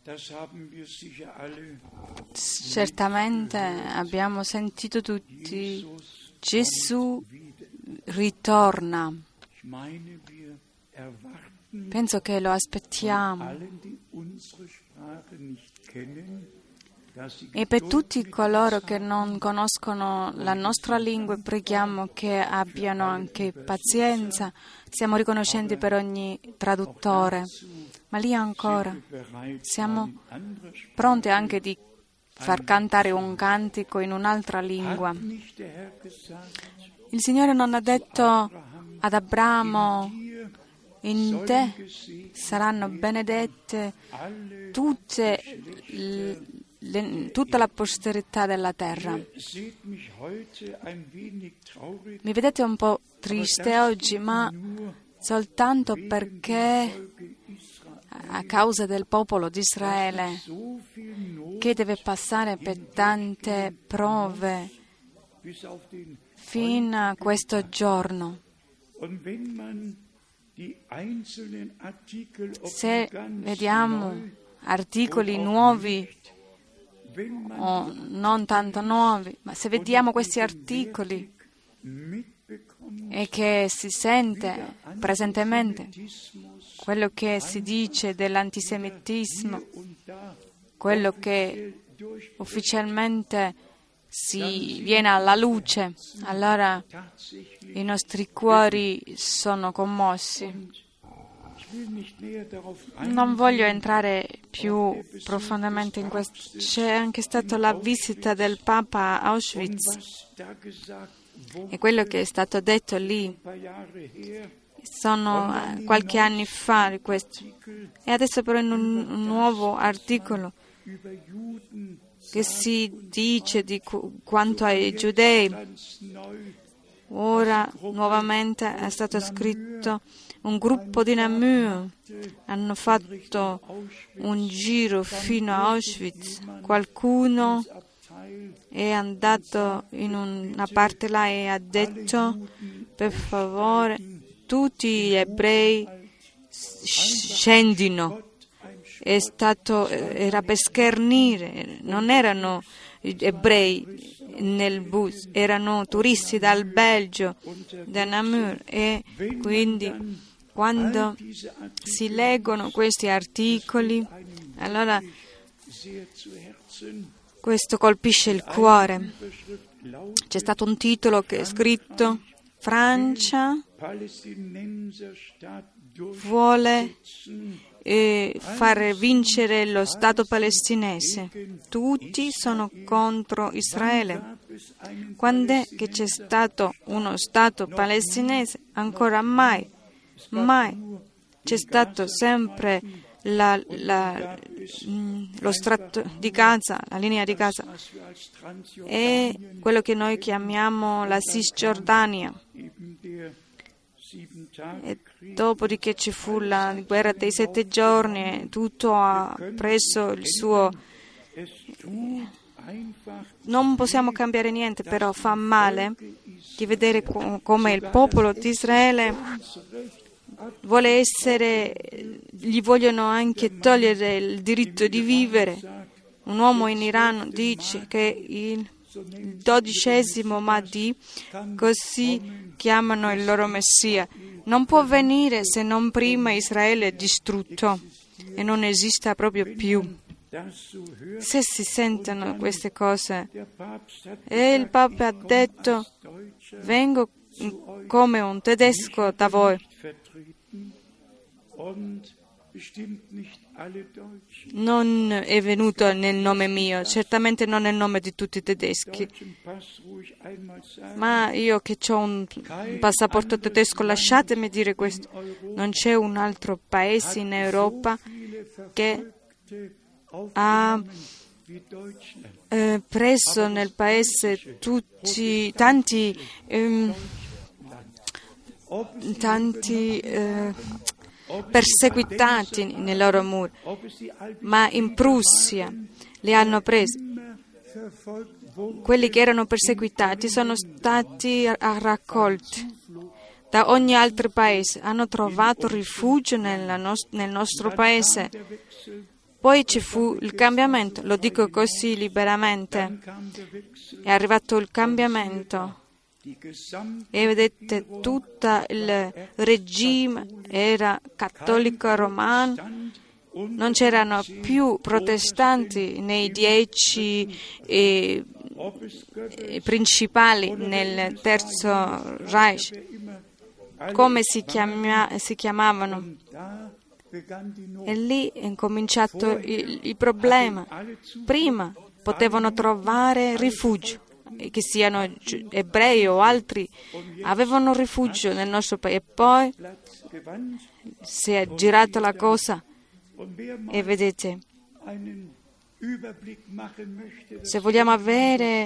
Certamente abbiamo sentito tutti, Gesù ritorna. Penso che lo aspettiamo. E per tutti coloro che non conoscono la nostra lingua, preghiamo che abbiano anche pazienza. Siamo riconoscenti per ogni traduttore. Ma lì ancora siamo pronti anche di far cantare un cantico in un'altra lingua. Il Signore non ha detto ad Abramo: in te saranno benedette tutta la posterità della terra. Mi vedete un po' triste oggi, ma soltanto perché a causa del popolo di Israele, che deve passare per tante prove fino a questo giorno. Se vediamo articoli nuovi o non tanto nuovi, ma se vediamo questi articoli e che si sente presentemente quello che si dice dell'antisemitismo, quello che ufficialmente si viene alla luce, allora i nostri cuori sono commossi. Non voglio entrare più profondamente in questo. C'è anche stata la visita del Papa a Auschwitz e quello che è stato detto lì sono qualche anno fa di questo. E adesso però in un nuovo articolo che si dice di quanto ai giudei, ora nuovamente è stato scritto: un gruppo di Namur hanno fatto un giro fino a Auschwitz. Qualcuno è andato in una parte là e ha detto: per favore, tutti gli ebrei scendino. Era per schernire, non erano ebrei nel bus, erano turisti dal Belgio, da Namur, e quindi quando si leggono questi articoli, allora questo colpisce il cuore. C'è stato un titolo che è scritto: Francia vuole far vincere lo Stato palestinese. Tutti sono contro Israele. Quando è che c'è stato uno Stato palestinese? Ancora mai. C'è stato sempre lo strato di Gaza, la linea di Gaza, e quello che noi chiamiamo la Cisgiordania. E dopodiché ci fu la guerra dei 7 giorni, tutto ha preso il suo. Non possiamo cambiare niente, però fa male di vedere come il popolo di Israele vuole essere, gli vogliono anche togliere il diritto di vivere. Un uomo in Iran dice che il 12° Mahdi, così chiamano il loro Messia, non può venire se non prima Israele è distrutto e non esista proprio più. Se si sentono queste cose, e il Papa ha detto: vengo come un tedesco da voi. Non è venuto nel nome mio, certamente non nel nome di tutti i tedeschi, ma io che ho un passaporto tedesco, lasciatemi dire questo: non c'è un altro paese in Europa che ha preso nel paese tanti perseguitati nei loro muri, ma in Prussia li hanno presi. Quelli che erano perseguitati sono stati raccolti da ogni altro paese, hanno trovato rifugio nel nostro paese. Poi ci fu il cambiamento, lo dico così liberamente, è arrivato il cambiamento e vedete tutto il regime era cattolico romano, non c'erano più protestanti nei 10 principali nel Terzo Reich, come si chiamavano. E lì è cominciato il problema. Prima potevano trovare rifugio, che siano ebrei o altri, avevano rifugio nel nostro paese. E poi si è girata la cosa e vedete, se vogliamo avere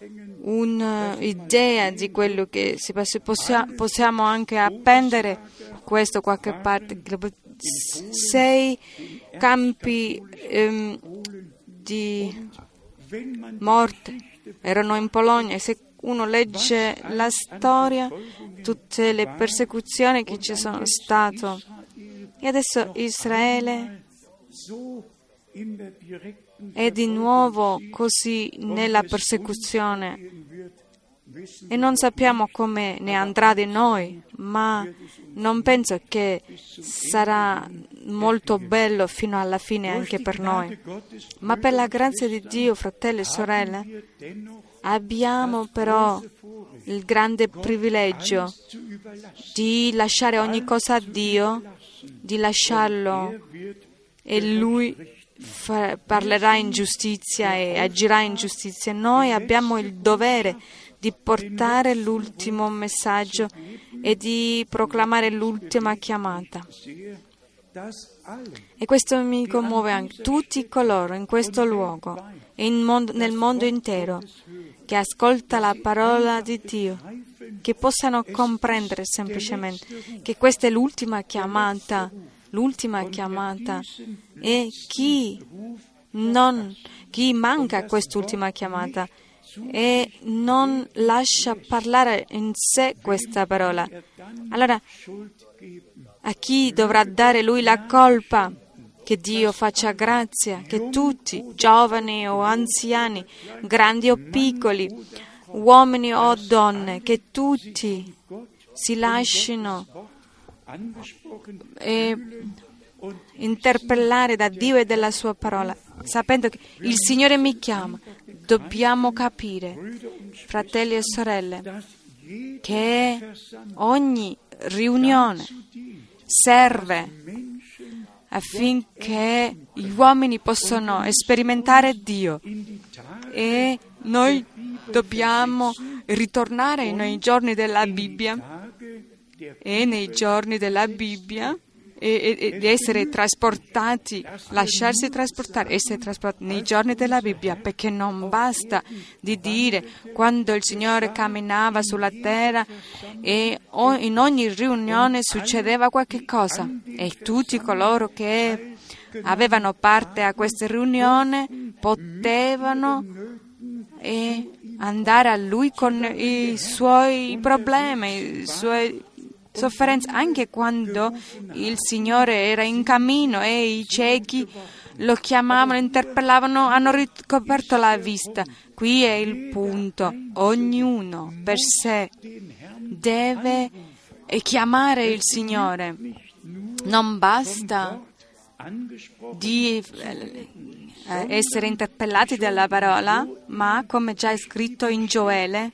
un'idea di quello che si passa, possiamo anche appendere questo qualche parte. 6 campi di morte erano in Polonia, e se uno legge la storia, tutte le persecuzioni che ci sono state, e adesso Israele è di nuovo così nella persecuzione e non sappiamo come ne andrà di noi, ma non penso che sarà molto bello fino alla fine anche per noi. Ma per la grazia di Dio, fratelli e sorelle, abbiamo però il grande privilegio di lasciare ogni cosa a Dio, di lasciarlo, e Lui parlerà in giustizia e agirà in giustizia. Noi abbiamo il dovere di portare l'ultimo messaggio e di proclamare l'ultima chiamata. E questo mi commuove anche. Tutti coloro in questo luogo e nel mondo intero che ascolta la parola di Dio, che possano comprendere semplicemente che questa è l'ultima chiamata, e chi manca a quest'ultima chiamata e non lascia parlare in sé questa parola, allora a chi dovrà dare lui la colpa? Che Dio faccia grazia, che tutti, giovani o anziani, grandi o piccoli, uomini o donne, che tutti si lasciano interpellare da Dio e dalla sua parola, sapendo che il Signore mi chiama. Dobbiamo capire, fratelli e sorelle, che ogni riunione serve affinché gli uomini possano sperimentare Dio, e noi dobbiamo ritornare nei giorni della Bibbia ed essere trasportati, lasciarsi trasportare, essere trasportati nei giorni della Bibbia, perché non basta di dire quando il Signore camminava sulla terra e in ogni riunione succedeva qualche cosa, e tutti coloro che avevano parte a questa riunione potevano andare a Lui con i suoi problemi, i suoi sofferenza, anche quando il Signore era in cammino e i ciechi lo chiamavano, interpellavano, hanno ricoperto la vista. Qui è il punto: ognuno per sé deve chiamare il Signore. Non basta di essere interpellati dalla parola, ma come già è scritto in Gioele,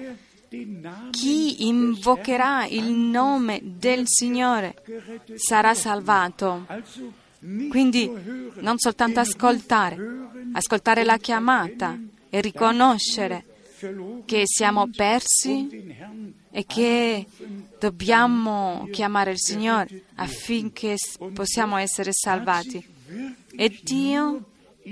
chi invocherà il nome del Signore sarà salvato. Quindi non soltanto ascoltare la chiamata e riconoscere che siamo persi e che dobbiamo chiamare il Signore affinché possiamo essere salvati. E Dio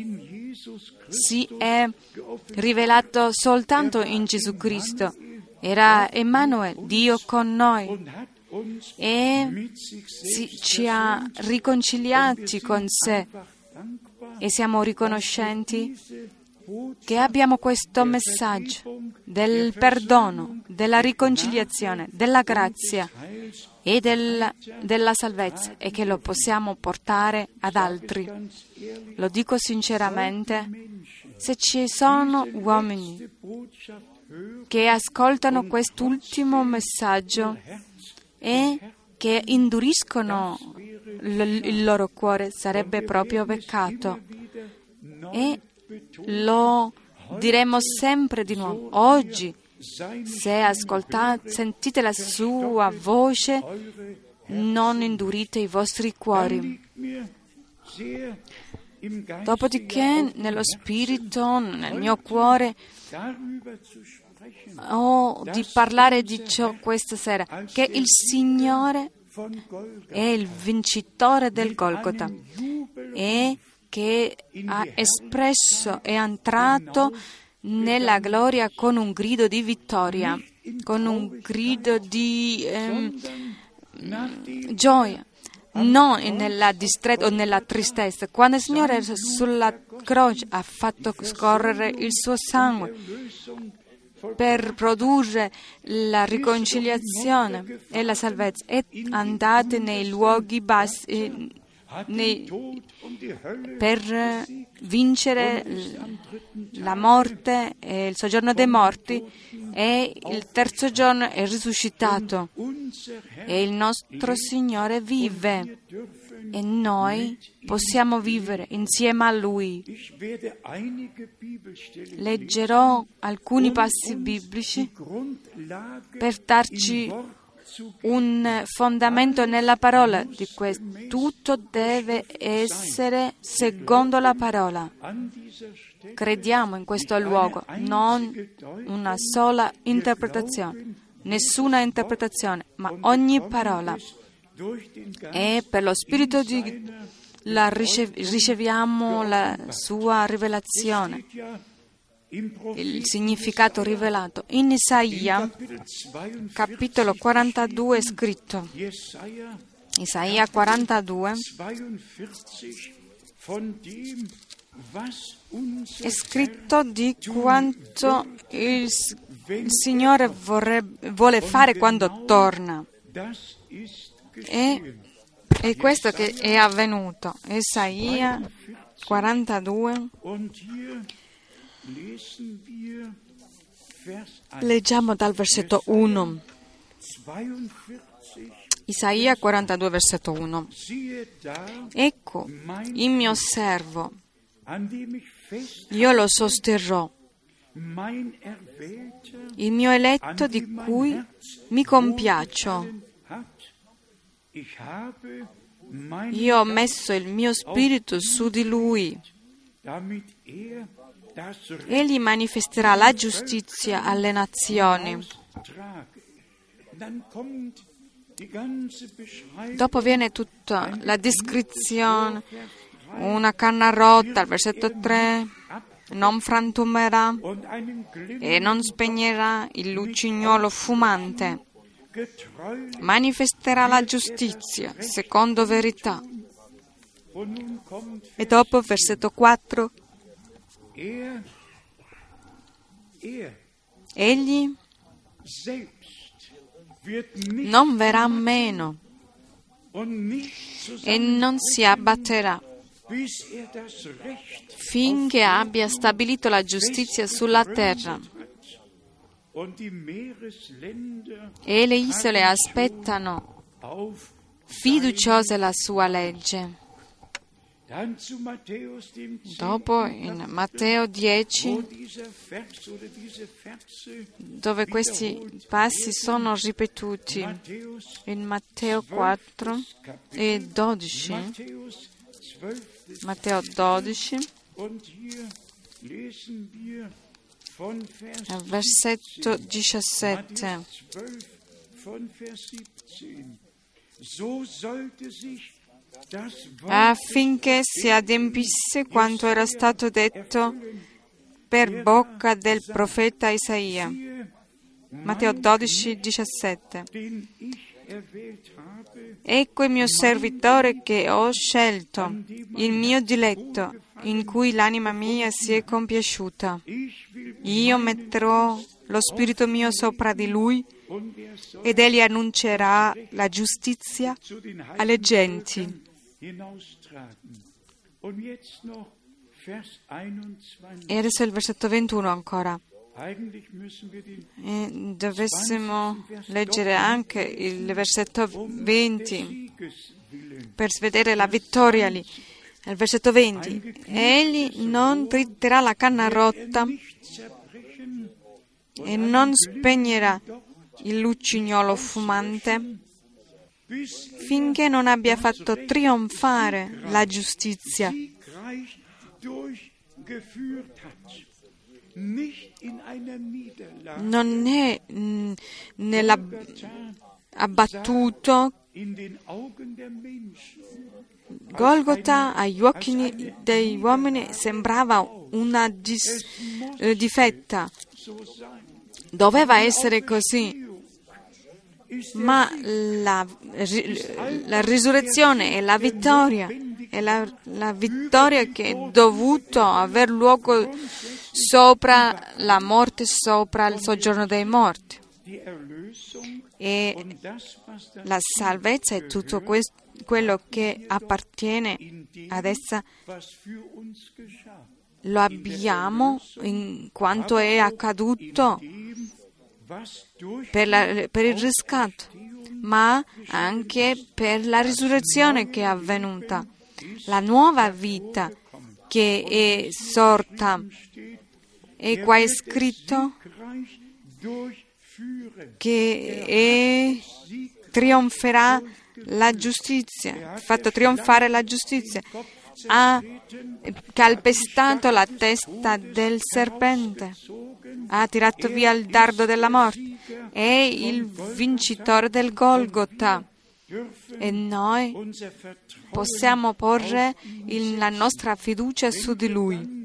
si è rivelato soltanto in Gesù Cristo. Era Emanuele, Dio con noi, e ci ha riconciliati con sé, e siamo riconoscenti che abbiamo questo messaggio del perdono, della riconciliazione, della grazia, e della salvezza e che lo possiamo portare ad altri. Lo dico sinceramente, se ci sono uomini che ascoltano quest'ultimo messaggio e che induriscono il loro cuore, sarebbe proprio peccato. E lo diremo sempre di nuovo. Oggi, se sentite la sua voce, non indurite i vostri cuori. Dopodiché, nello spirito, nel mio cuore, ho di parlare di ciò questa sera, che il Signore è il vincitore del Golgota e che ha espresso e entrato nella gloria con un grido di vittoria, con un grido di gioia, non nella distretta o nella tristezza. Quando il Signore sulla croce ha fatto scorrere il suo sangue per produrre la riconciliazione e la salvezza, e andate nei luoghi bassi per vincere la morte e il soggiorno dei morti, e il terzo giorno è risuscitato e il nostro Signore vive e noi possiamo vivere insieme a Lui. Leggerò alcuni passi biblici per darci un fondamento nella parola di questo. Tutto deve essere secondo la parola. Crediamo in questo luogo, non una sola interpretazione, nessuna interpretazione, ma ogni parola. E per lo Spirito riceviamo la sua rivelazione, il significato rivelato. In Isaia, capitolo 42 è scritto, Isaia 42, è scritto di quanto il Signore vuole fare quando torna. E questo che è avvenuto. Isaia 42. Leggiamo dal versetto 1. Isaia 42, versetto 1. Ecco il mio servo, io lo sosterrò, il mio eletto di cui mi compiaccio. Io ho messo il mio spirito su di lui. Egli manifesterà la giustizia alle nazioni. Dopo viene tutta la descrizione, una canna rotta, al versetto 3, non frantumerà e non spegnerà il lucignolo fumante. Manifesterà la giustizia secondo verità. E dopo, versetto 4, egli non verrà meno e non si abbatterà finché abbia stabilito la giustizia sulla terra. E le isole aspettano fiduciose la sua legge. Dopo in Matteo 10, dove questi passi sono ripetuti, in Matteo 4 e 12, Matteo 12, versetto 17. Affinché si adempisse quanto era stato detto per bocca del profeta Isaia. Matteo 12, 17. Ecco il mio servitore che ho scelto, il mio diletto, in cui l'anima mia si è compiaciuta. Io metterò lo spirito mio sopra di lui ed egli annuncerà la giustizia alle genti. E adesso il versetto 21 ancora. E dovessimo leggere anche il versetto 20 per vedere la vittoria lì. Nel versetto 20, egli non tritterà la canna rotta e non spegnerà il lucignolo fumante finché non abbia fatto trionfare la giustizia. Non è nell'abbattuto. Golgota agli occhi degli uomini sembrava una difetta. Doveva essere così. Ma la risurrezione è la vittoria. È la vittoria che è dovuta aver luogo sopra la morte, sopra il soggiorno dei morti. E la salvezza è tutto quello che appartiene ad essa. Lo abbiamo in quanto è accaduto per il riscatto, ma anche per la risurrezione che è avvenuta. La nuova vita che è sorta. E qua è scritto che trionferà la giustizia, fatto trionfare la giustizia. Ha calpestato la testa del serpente, ha tirato via il dardo della morte, è il vincitore del Golgota. E noi possiamo porre la nostra fiducia su di Lui.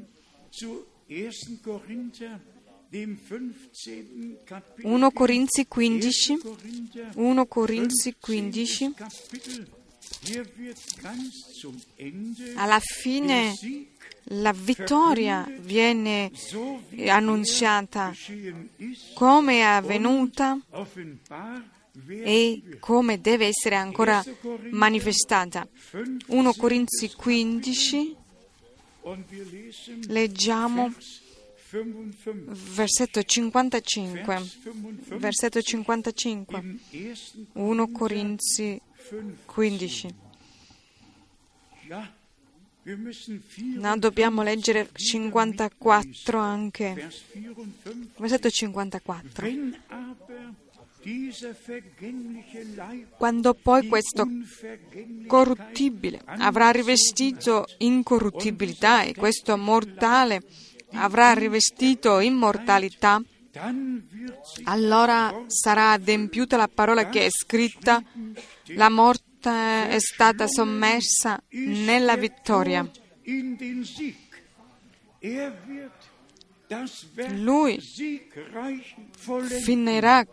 1 Corinzi 15, alla fine la vittoria viene annunciata come è avvenuta e come deve essere ancora manifestata. 1 Corinzi 15, leggiamo versetto 55. 1 Corinzi 15. No, dobbiamo leggere 54 anche. Versetto 54. Quando poi questo corruttibile avrà rivestito incorruttibilità e questo mortale avrà rivestito immortalità, allora sarà adempiuta la parola che è scritta: la morte è stata sommersa nella vittoria. Lui finirà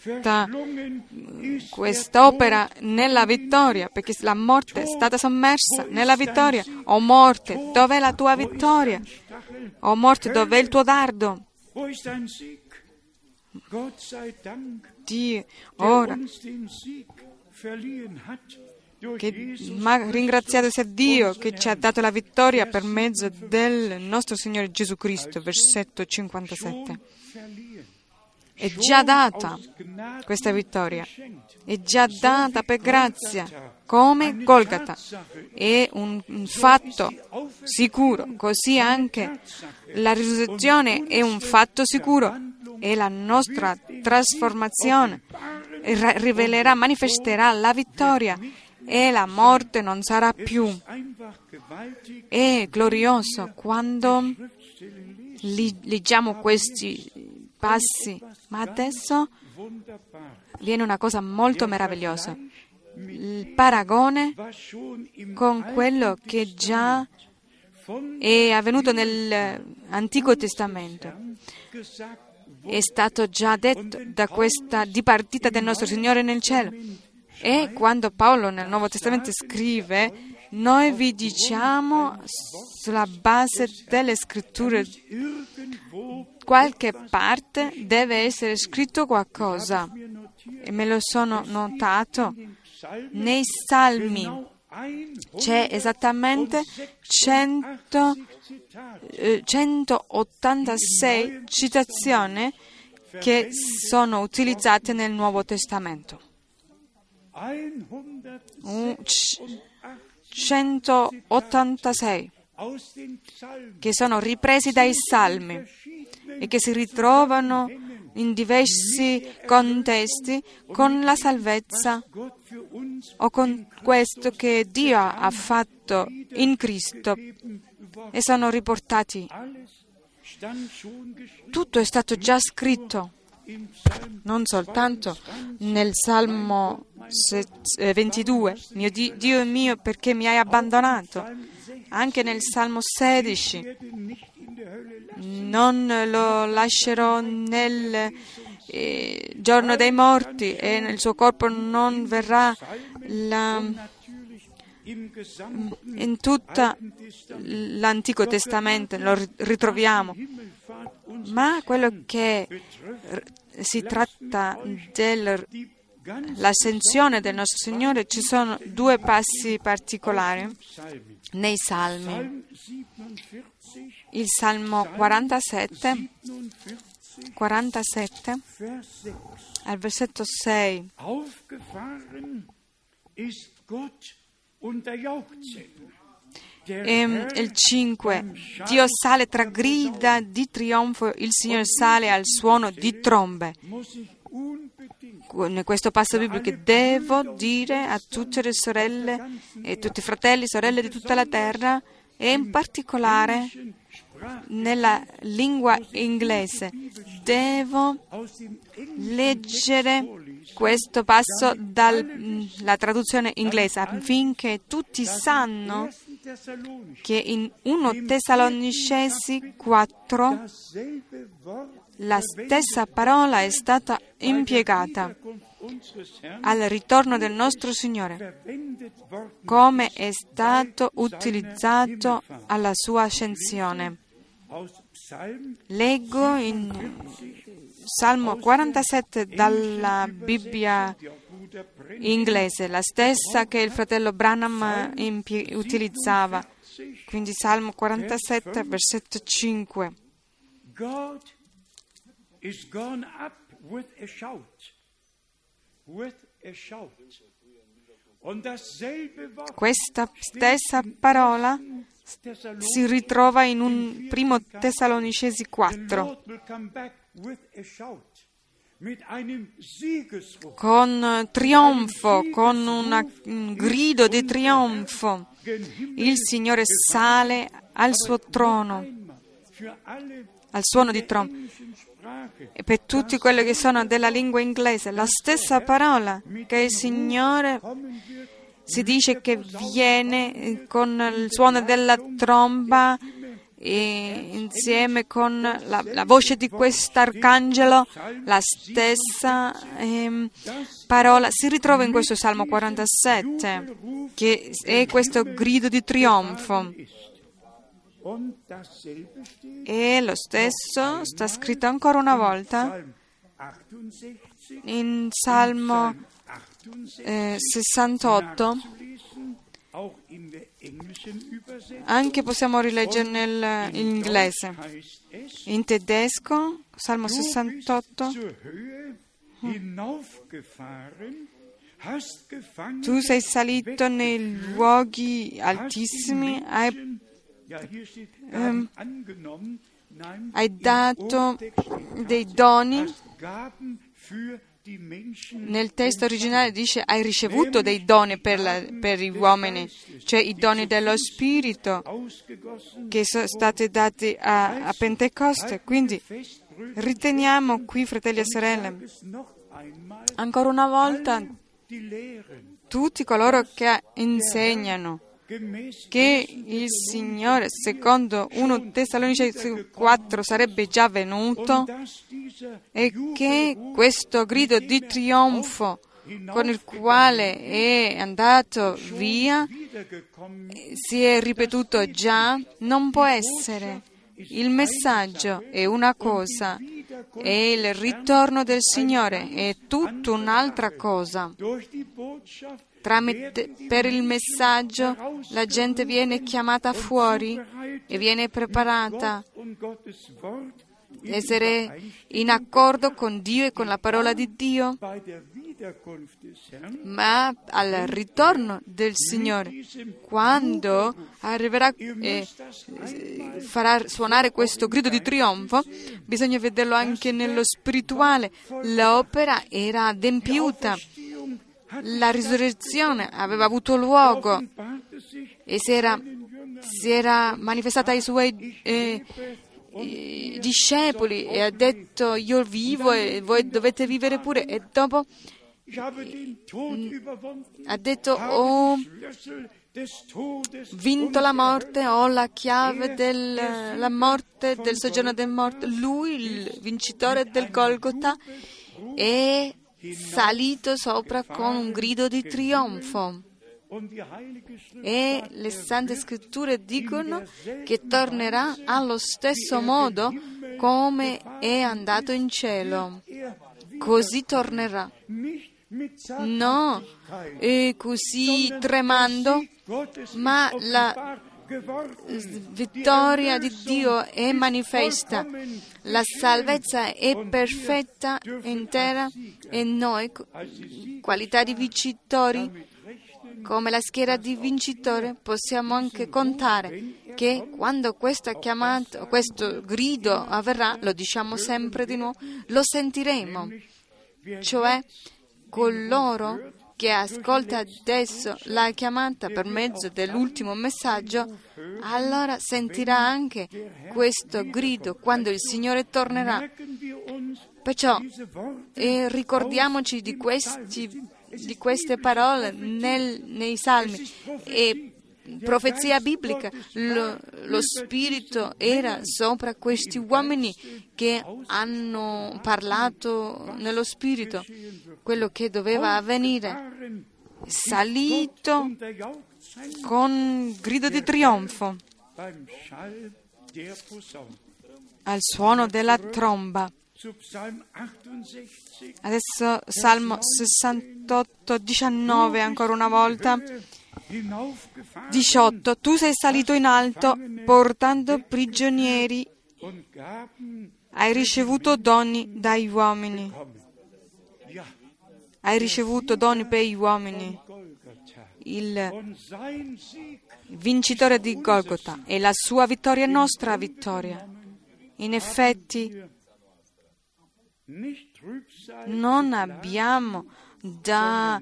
quest'opera nella vittoria, perché la morte è stata sommersa nella vittoria. O morte, dov'è la tua vittoria? O morte, dov'è il tuo dardo? Dio, ora ringraziato sia Dio che ci ha dato la vittoria per mezzo del nostro Signore Gesù Cristo. Versetto 57. È già data questa vittoria, è già data per grazia, come Golgota. È un fatto sicuro, così anche la risurrezione è un fatto sicuro e la nostra trasformazione rivelerà, manifesterà la vittoria e la morte non sarà più. È glorioso quando leggiamo questi passi, ma adesso viene una cosa molto meravigliosa. Il paragone con quello che già è avvenuto nell'Antico Testamento. È stato già detto da questa dipartita del nostro Signore nel cielo. E quando Paolo nel Nuovo Testamento scrive: noi vi diciamo sulla base delle scritture, qualche parte deve essere scritto qualcosa. e me lo sono notato, nei Salmi c'è esattamente 186 citazioni che sono utilizzate nel Nuovo Testamento. 186 che sono ripresi dai Salmi e che si ritrovano in diversi contesti con la salvezza o con questo che Dio ha fatto in Cristo, e sono riportati. Tutto è stato già scritto, non soltanto nel Salmo 22, Dio mio, perché mi hai abbandonato, anche nel Salmo 16, non lo lascerò nel giorno dei morti e nel suo corpo non verrà in tutto l'Antico Testamento lo ritroviamo, ma quello che si tratta dell'ascensione del nostro Signore, ci sono due passi particolari nei Salmi. Il Salmo 47 al versetto 6. E il 5. Dio sale tra grida di trionfo, il Signore sale al suono di trombe. In questo passo biblico devo dire a tutte le sorelle e tutti i fratelli e sorelle di tutta la terra, e in particolare nella lingua inglese, devo leggere questo passo dalla traduzione inglese affinché tutti sanno che in 1 Tessalonicesi 4 la stessa parola è stata impiegata al ritorno del nostro Signore, come è stato utilizzato alla sua ascensione. Leggo in Salmo 47 dalla Bibbia inglese, la stessa che il fratello Branham utilizzava, quindi Salmo 47, versetto 5. God is gone up with a shout. Questa stessa parola si ritrova in un primo Tessalonicesi 4, con trionfo, con un grido di trionfo. Il Signore sale al suo trono, al suono di tromba. E per tutti quelli che sono della lingua inglese, la stessa parola che il Signore si dice che viene con il suono della tromba e insieme con la voce di quest'arcangelo, la stessa parola si ritrova in questo Salmo 47, che è questo grido di trionfo. E lo stesso sta scritto ancora una volta in Salmo 68, anche possiamo rileggere in inglese, in tedesco, Salmo 68. Tu sei salito nei luoghi altissimi, hai dato dei doni. Nel testo originale dice hai ricevuto dei doni per gli uomini, cioè i doni dello Spirito che sono stati dati a Pentecoste. Quindi riteniamo qui, fratelli e sorelle, ancora una volta tutti coloro che insegnano che il Signore, secondo 1 Tessalonicesi 4, sarebbe già venuto e che questo grido di trionfo con il quale è andato via si è ripetuto già, non può essere. Il messaggio è una cosa e il ritorno del Signore è tutta un'altra cosa. Per il messaggio la gente viene chiamata fuori e viene preparata. Essere in accordo con Dio e con la parola di Dio, ma al ritorno del Signore, quando arriverà e farà suonare questo grido di trionfo, bisogna vederlo anche nello spirituale. L'opera era adempiuta, la risurrezione aveva avuto luogo e si era manifestata ai suoi discepoli e ha detto: io vivo e voi dovete vivere pure. E dopo ha detto: ho vinto la morte, ho la chiave della morte, del soggiorno del morto. Lui, il vincitore del Golgota, è salito sopra con un grido di trionfo. E le Sante Scritture dicono che tornerà allo stesso modo come è andato in cielo. Così tornerà. No, così tremando, ma la vittoria di Dio è manifesta. La salvezza è perfetta, intera, e noi, qualità di vincitori, come la schiera di vincitore, possiamo anche contare che quando questa chiamata, questo grido avverrà, lo diciamo sempre di nuovo, lo sentiremo. Cioè, coloro che ascolta adesso la chiamata per mezzo dell'ultimo messaggio, allora sentirà anche questo grido quando il Signore tornerà. Perciò ricordiamoci di queste parole nei Salmi. E profezia biblica, lo Spirito era sopra questi uomini che hanno parlato nello Spirito quello che doveva avvenire, salito con grido di trionfo al suono della tromba. Adesso Salmo 68, 19, ancora una volta. 18. Tu sei salito in alto portando prigionieri, hai ricevuto doni dagli uomini. Hai ricevuto doni per gli uomini. Il vincitore di Golgota, e la sua vittoria è nostra vittoria. In effetti non abbiamo da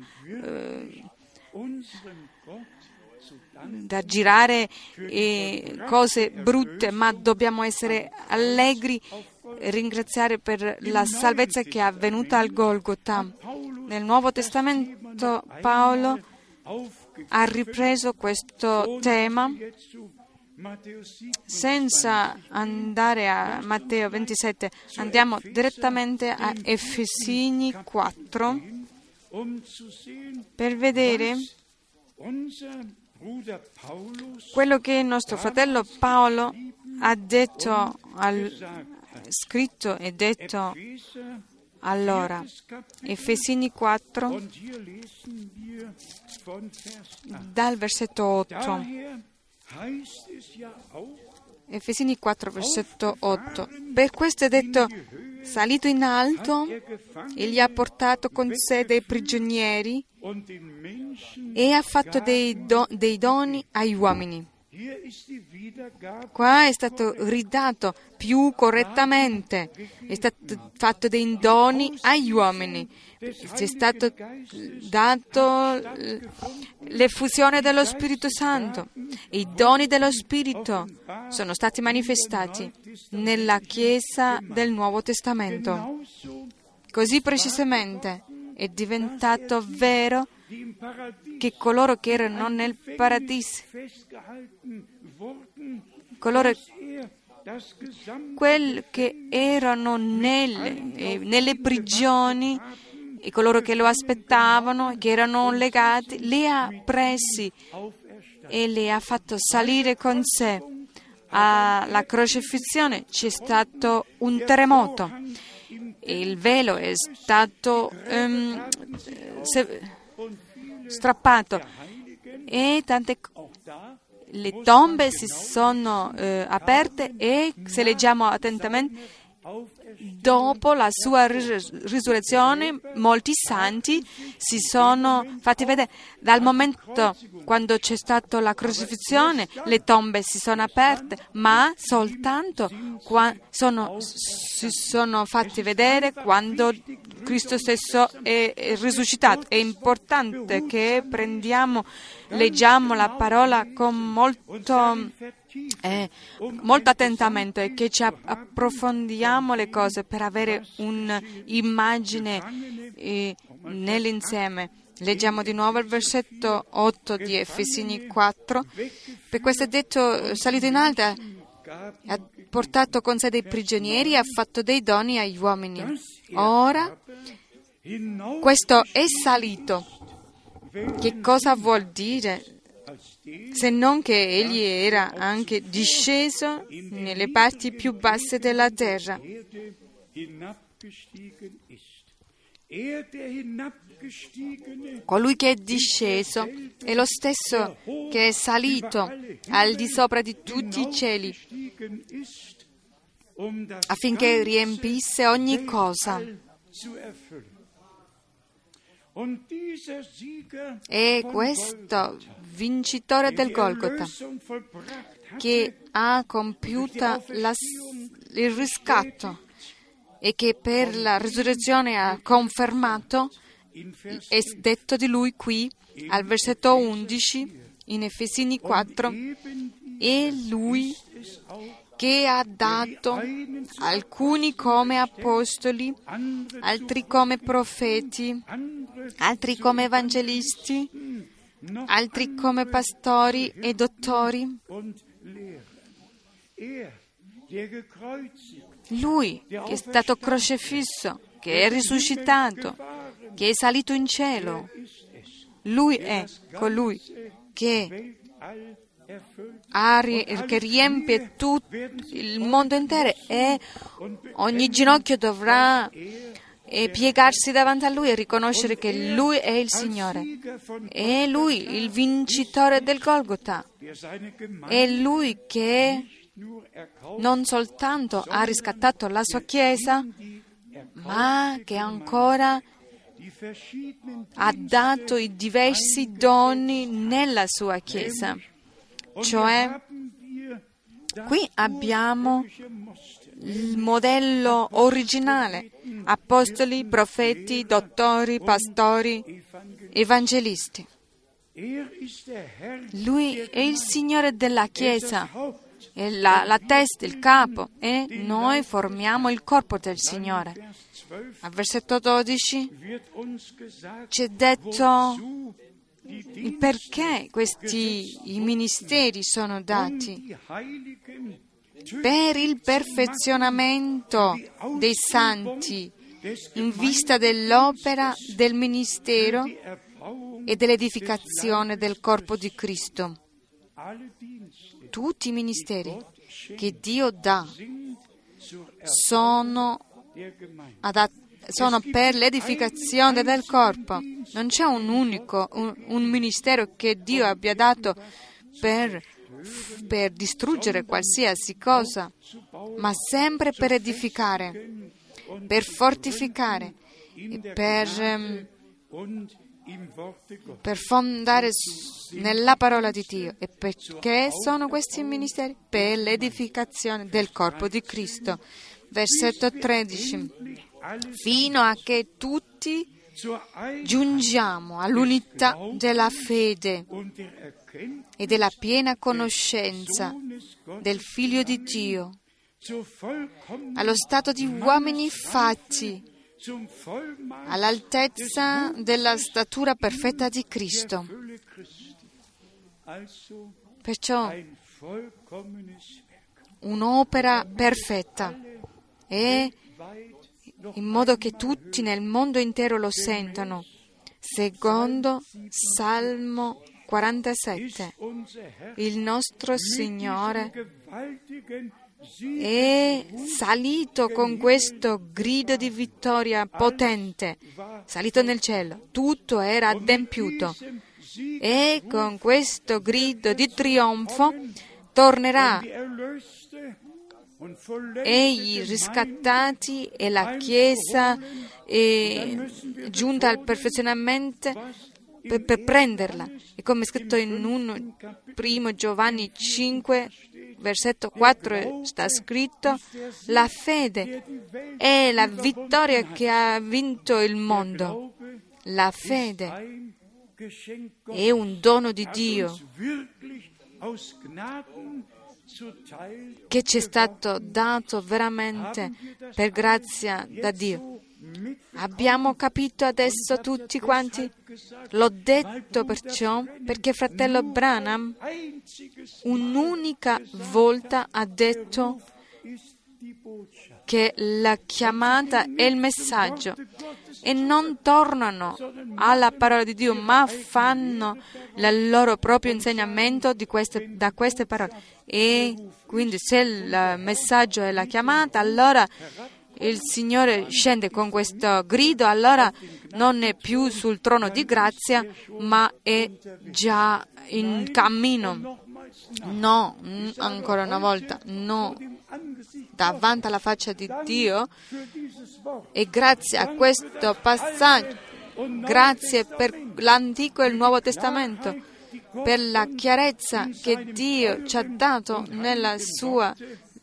girare cose brutte, ma dobbiamo essere allegri e ringraziare per la salvezza che è avvenuta al Golgota. Nel Nuovo Testamento Paolo ha ripreso questo tema senza andare a Matteo 27, andiamo direttamente a Efesini 4 per vedere quello che il nostro fratello Paolo ha detto, scritto e detto allora. Efesini 4 dal versetto 8. Efesini 4, versetto 8. Per questo è detto: salito in alto, egli ha portato con sé dei prigionieri e ha fatto dei doni agli uomini. Qua è stato ridato più correttamente, è stato fatto dei doni agli uomini, c'è stato dato l'effusione dello Spirito Santo. I doni dello Spirito sono stati manifestati nella Chiesa del Nuovo Testamento. Così precisamente è diventato vero che coloro che erano nel paradiso, quelli che erano nelle prigioni e coloro che lo aspettavano, che erano legati, li ha presi e li ha fatto salire con sé. Alla crocifissione c'è stato un terremoto. il velo è stato strappato e le tombe si sono aperte e, se leggiamo attentamente, dopo la sua risurrezione molti santi si sono fatti vedere. Dal momento quando c'è stata la crocifissione le tombe si sono aperte, ma soltanto si sono fatti vedere quando Cristo stesso è risuscitato. È importante che leggiamo la parola con molto attentamente e che ci approfondiamo le cose per avere un'immagine nell'insieme. Leggiamo di nuovo il versetto 8 di Efesini 4. Per questo è detto: salito in alto, ha portato con sé dei prigionieri e ha fatto dei doni agli uomini. Ora questo è salito. Che cosa vuol dire? Se non che egli era anche disceso nelle parti più basse della terra. Colui che è disceso è lo stesso che è salito al di sopra di tutti i cieli, affinché riempisse ogni cosa. E questo vincitore del Golgota, che ha compiuto il riscatto e che per la risurrezione ha confermato, è detto di lui qui al versetto 11 in Efesini 4, è lui che ha dato alcuni come apostoli, altri come profeti, altri come evangelisti, altri come pastori e dottori. Lui che è stato crocifisso, che è risuscitato, che è salito in cielo, lui è colui che riempie tutto il mondo intero e ogni ginocchio dovrà piegarsi davanti a lui e riconoscere che lui è il Signore. È lui il vincitore del Golgota. È lui che non soltanto ha riscattato la sua Chiesa, ma che ancora ha dato i diversi doni nella sua Chiesa. Cioè, qui abbiamo il modello originale: apostoli, profeti, dottori, pastori, evangelisti. Lui è il Signore della Chiesa, è la testa, il capo, e noi formiamo il corpo del Signore. Al versetto 12 c'è detto il perché i ministeri sono dati: per il perfezionamento dei santi in vista dell'opera del ministero e dell'edificazione del corpo di Cristo. Tutti i ministeri che Dio dà sono per l'edificazione del corpo. Non c'è un ministero che Dio abbia dato per distruggere qualsiasi cosa, ma sempre per edificare, per fortificare, per fondare nella parola di Dio. E perché sono questi ministeri? Per l'edificazione del corpo di Cristo. Versetto 13. Fino a che tutti giungiamo all'unità della fede e della piena conoscenza del Figlio di Dio, allo stato di uomini fatti, all'altezza della statura perfetta di Cristo. Perciò un'opera perfetta, e in modo che tutti nel mondo intero lo sentano, secondo Salmo 47. Il nostro Signore è salito con questo grido di vittoria potente, salito nel cielo. Tutto era adempiuto. E con questo grido di trionfo tornerà e i riscattati e la Chiesa giunta al perfezionamento per prenderla. E come è scritto in 1 Giovanni 5, versetto 4, sta scritto: la fede è la vittoria che ha vinto il mondo. La fede è un dono di Dio che ci è stato dato veramente per grazia da Dio. Abbiamo capito adesso tutti quanti? L'ho detto perciò perché fratello Branham un'unica volta ha detto che la chiamata è il messaggio e non tornano alla parola di Dio, ma fanno il loro proprio insegnamento da queste parole. E quindi se il messaggio è la chiamata, allora il Signore scende con questo grido, allora non è più sul trono di grazia, ma è già in cammino. No, ancora una volta, no, davanti alla faccia di Dio. E grazie a questo passaggio, grazie per l'Antico e il Nuovo Testamento, per la chiarezza che Dio ci ha dato nella sua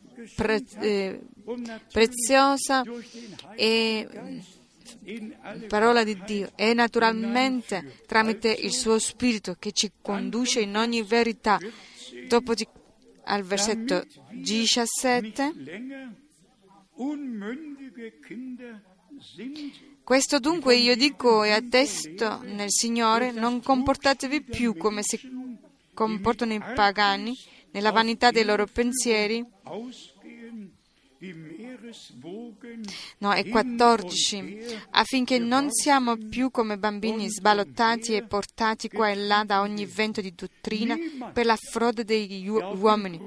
preziosa parola di Dio, e naturalmente tramite il suo Spirito che ci conduce in ogni verità. Dopodiché, al versetto 17, questo dunque io dico e attesto nel Signore: non comportatevi più come si comportano i pagani nella vanità dei loro pensieri. No, è 14. Affinché non siamo più come bambini sballottati e portati qua e là da ogni vento di dottrina per la frode degli uomini,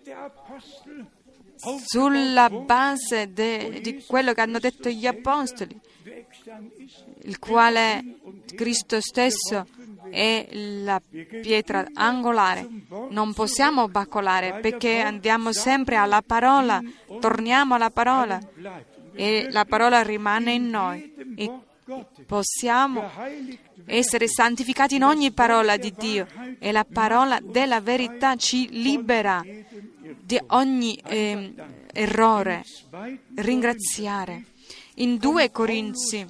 sulla base di quello che hanno detto gli apostoli, il quale Cristo stesso è la pietra angolare. Non possiamo bacolare perché andiamo sempre alla parola, torniamo alla parola e la parola rimane in noi e possiamo essere santificati in ogni parola di Dio, e la parola della verità ci libera di ogni errore. Ringraziare. In 2 Corinzi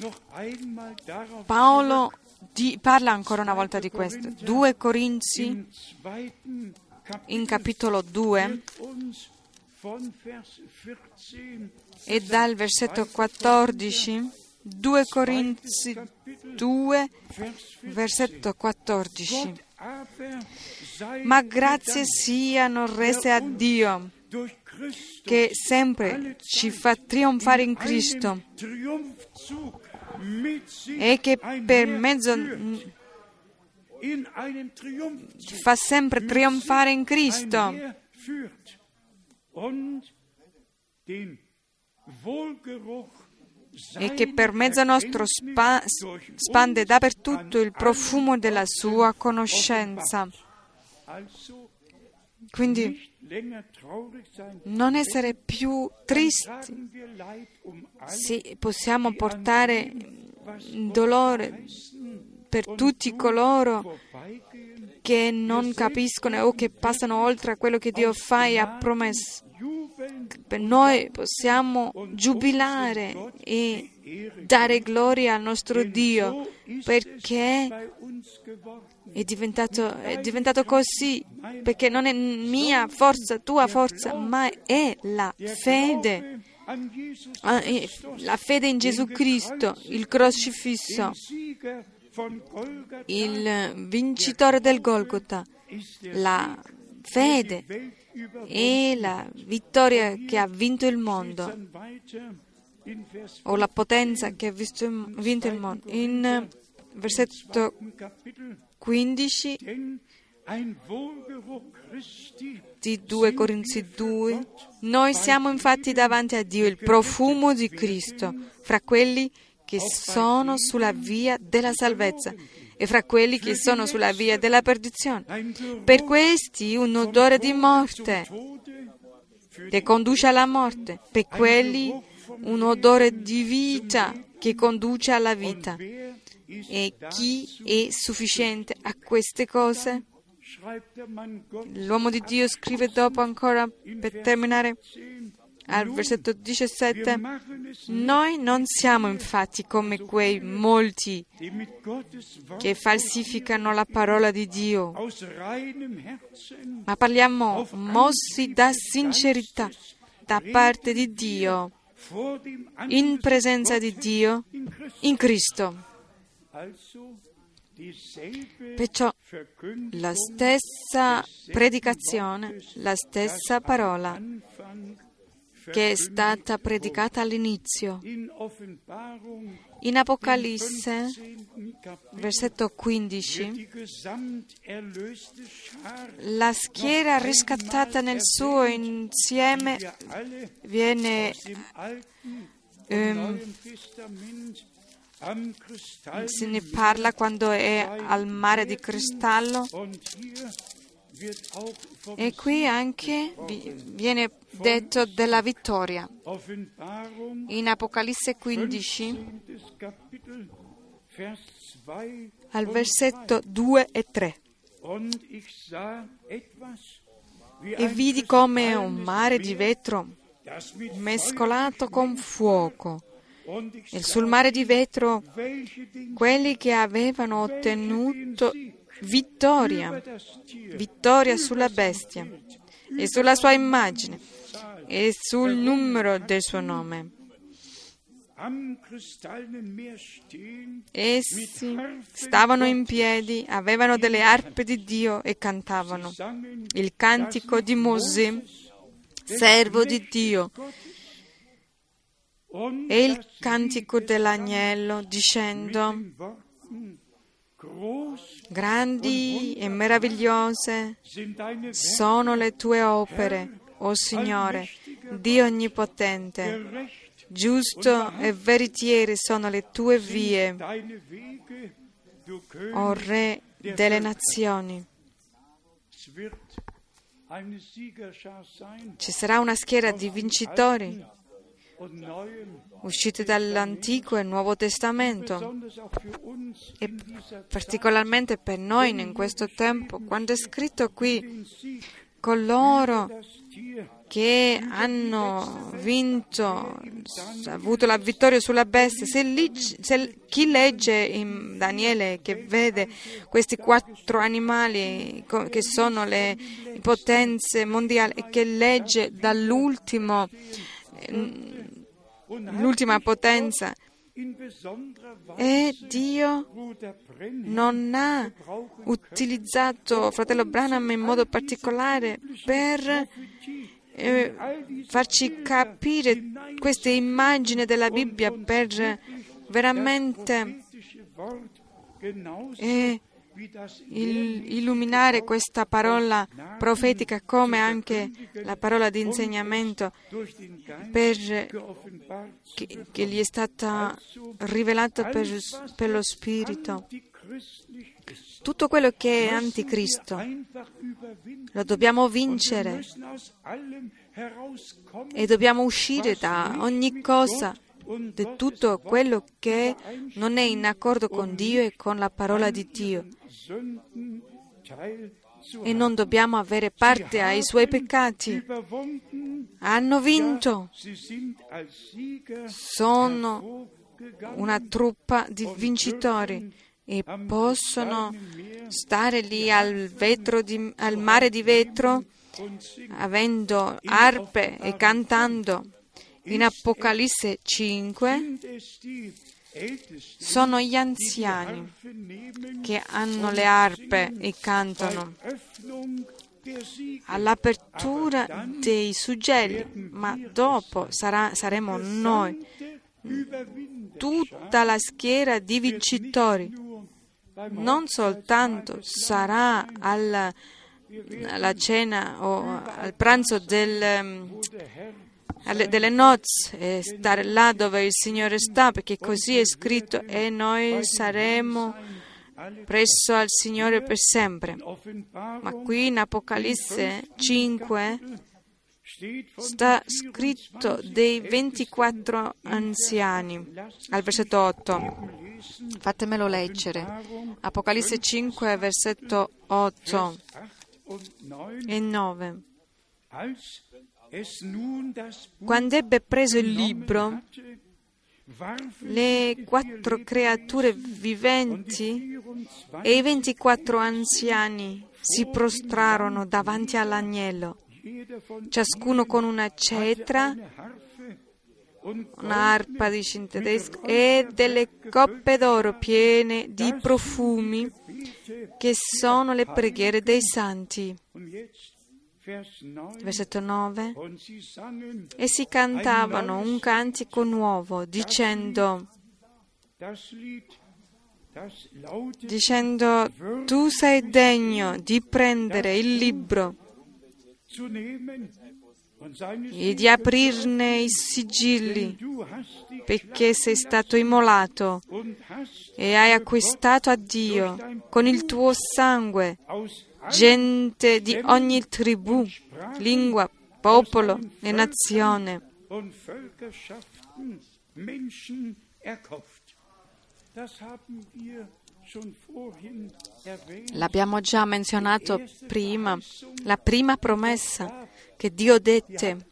Paolo parla ancora una volta di questo. 2 Corinzi, in capitolo 2, e dal versetto 14, 2 Corinzi 2, versetto 14. Ma grazie siano rese a Dio, che sempre ci fa trionfare in Cristo e che per mezzo ci fa sempre trionfare in Cristo e che per mezzo nostro spande dappertutto il profumo della sua conoscenza. Quindi non essere più tristi. Sì, possiamo portare dolore per tutti coloro che non capiscono o che passano oltre a quello che Dio fa e ha promesso. Per noi possiamo giubilare e dare gloria al nostro Dio, perché è diventato così, perché non è mia forza, tua forza, ma è la fede in Gesù Cristo, il crocifisso, il vincitore del Golgota. La fede è la vittoria che ha vinto il mondo, o la potenza che ha vinto il mondo. In versetto 15 denn ein Wohlgeruch Christi di 2 Corinzi 2. Noi siamo infatti davanti a Dio il profumo di Cristo fra quelli che sono sulla via della salvezza e fra quelli che sono sulla via della perdizione. Per questi un odore di morte che conduce alla morte, per quelli un odore di vita che conduce alla vita. E chi è sufficiente a queste cose? L'uomo di Dio scrive dopo ancora, per terminare, al versetto 17: noi non siamo infatti come quei molti che falsificano la parola di Dio, ma parliamo mossi da sincerità da parte di Dio, in presenza di Dio, in Cristo. Perciò la stessa predicazione, la stessa parola che è stata predicata all'inizio. In Apocalisse, versetto 15, la schiera riscattata nel suo insieme viene se ne parla quando è al mare di cristallo, e qui anche viene detto della vittoria. In Apocalisse 15, al versetto 2 e 3. E vidi come un mare di vetro mescolato con fuoco, e sul mare di vetro quelli che avevano ottenuto vittoria sulla bestia e sulla sua immagine e sul numero del suo nome. Essi stavano in piedi, avevano delle arpe di Dio e cantavano il cantico di Mosè, servo di Dio, e il cantico dell'agnello, dicendo: grandi e meravigliose sono le tue opere, o Signore, Dio Onnipotente. Giusto e veritiere sono le tue vie, o Re delle nazioni. Ci sarà una schiera di vincitori usciti dall'Antico e Nuovo Testamento, e particolarmente per noi in questo tempo, quando è scritto qui: coloro che hanno vinto, avuto la vittoria sulla bestia. Chi legge in Daniele, che vede questi 4 animali che sono le potenze mondiali, e che legge dall'ultima potenza, e Dio non ha utilizzato fratello Branham in modo particolare per farci capire queste immagini della Bibbia, per veramente illuminare questa parola profetica come anche la parola di insegnamento che gli è stata rivelata per lo Spirito. Tutto quello che è anticristo lo dobbiamo vincere e dobbiamo uscire da ogni cosa, di tutto quello che non è in accordo con Dio e con la parola di Dio, e non dobbiamo avere parte ai suoi peccati. Hanno vinto, sono una truppa di vincitori e possono stare lì al mare di vetro, avendo arpe e cantando. In Apocalisse 5 sono gli anziani che hanno le arpe e cantano all'apertura dei suggelli, ma dopo saremo noi, tutta la schiera di vincitori, non soltanto sarà alla cena o al pranzo delle nozze e stare là dove il Signore sta, perché così è scritto, e noi saremo presso al Signore per sempre. Ma qui in Apocalisse 5 sta scritto dei 24 anziani, al versetto 8. Fatemelo leggere. Apocalisse 5, versetto 8 e 9. Quando ebbe preso il libro, le 4 creature viventi e i 24 anziani si prostrarono davanti all'agnello, ciascuno con una cetra, un'arpa, dice in tedesco, e delle coppe d'oro piene di profumi, che sono le preghiere dei santi. Versetto 9. E si cantavano un cantico nuovo, dicendo: tu sei degno di prendere il libro e di aprirne i sigilli, perché sei stato immolato e hai acquistato a Dio con il tuo sangue gente di ogni tribù, lingua, popolo e nazione. L'abbiamo già menzionato prima, la prima promessa che Dio dette.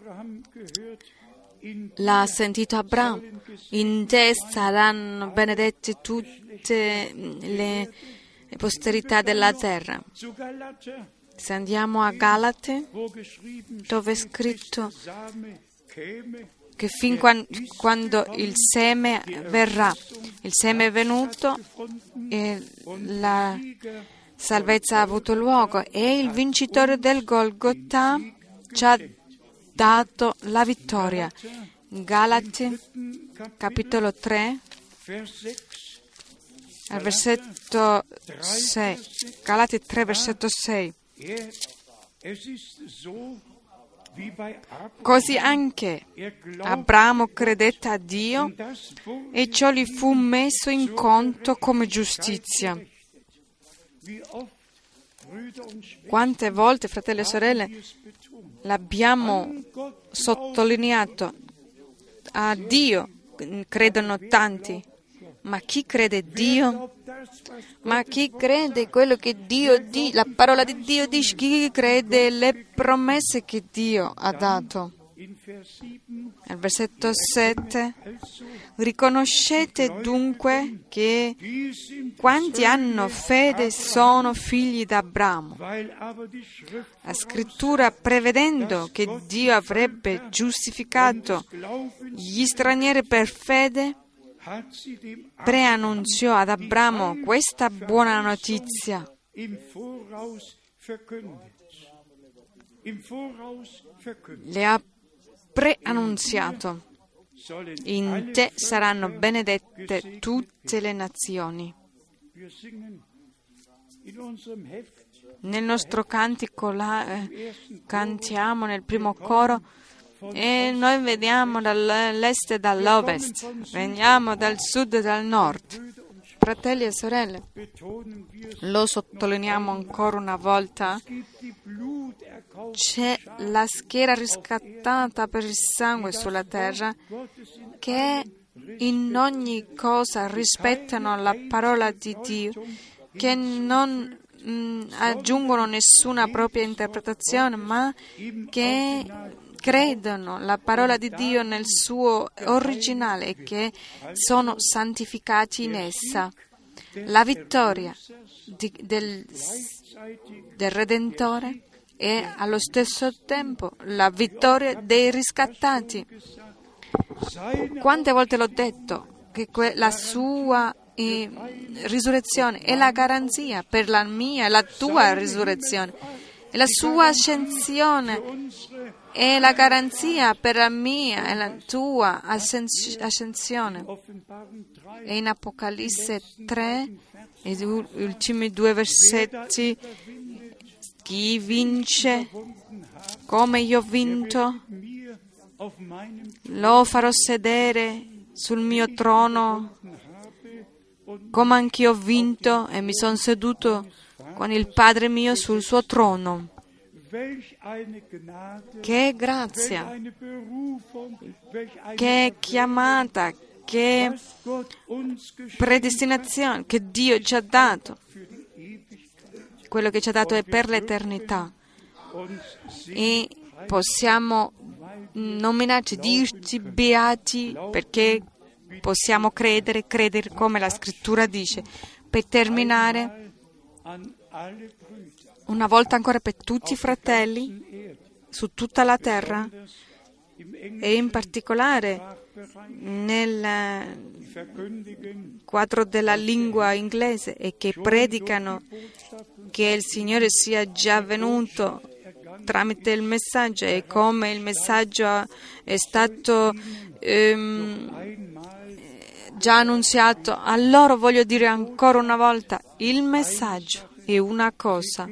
L'ha sentito Abramo: in te saranno benedette tutte le posterità della terra. Se andiamo a Galate, dove è scritto che fin quando il seme verrà, il seme è venuto e la salvezza ha avuto luogo, e il vincitore del Golgotha ci ha dato la vittoria. Galati, capitolo 3, al versetto 6. Galati 3, versetto 6. Così anche Abramo credette a Dio e ciò gli fu messo in conto come giustizia. Quante volte, fratelli e sorelle, l'abbiamo sottolineato: a Dio credono tanti, ma chi crede Dio? Ma chi crede quello che Dio dice, la parola di Dio dice? Chi crede le promesse che Dio ha dato? Al versetto 7: riconoscete dunque che quanti hanno fede sono figli d'Abramo. La scrittura, prevedendo che Dio avrebbe giustificato gli stranieri per fede, preannunziò ad Abramo questa buona notizia. Le ha preannunziato: in te saranno benedette tutte le nazioni. Nel nostro cantico cantiamo nel primo coro, e noi veniamo dall'est e dall'ovest, veniamo dal sud e dal nord. Fratelli e sorelle, lo sottolineiamo ancora una volta: c'è la schiera riscattata per il sangue sulla terra, che in ogni cosa rispettano la parola di Dio, che non aggiungono nessuna propria interpretazione, ma che credono la parola di Dio nel suo originale e che sono santificati in essa. La vittoria del Redentore e allo stesso tempo la vittoria dei riscattati. Quante volte l'ho detto che la sua risurrezione è la garanzia per la mia e la tua risurrezione, e la sua ascensione è la garanzia per la mia e la tua ascensione. E in Apocalisse 3, E gli ultimi 2 versetti: chi vince come io ho vinto, lo farò sedere sul mio trono, come anch'io ho vinto e mi sono seduto con il Padre mio sul suo trono. Che grazia, che chiamata, che predestinazione che Dio ci ha dato. Quello che ci ha dato è per l'eternità. E possiamo nominarci, dirci beati, perché possiamo credere come la Scrittura dice. Per terminare, una volta ancora per tutti i fratelli su tutta la terra, e in particolare nel quadro della lingua inglese, e che predicano che il Signore sia già venuto tramite il messaggio, e come il messaggio è stato già annunziato. A loro voglio dire ancora una volta: il messaggio è una cosa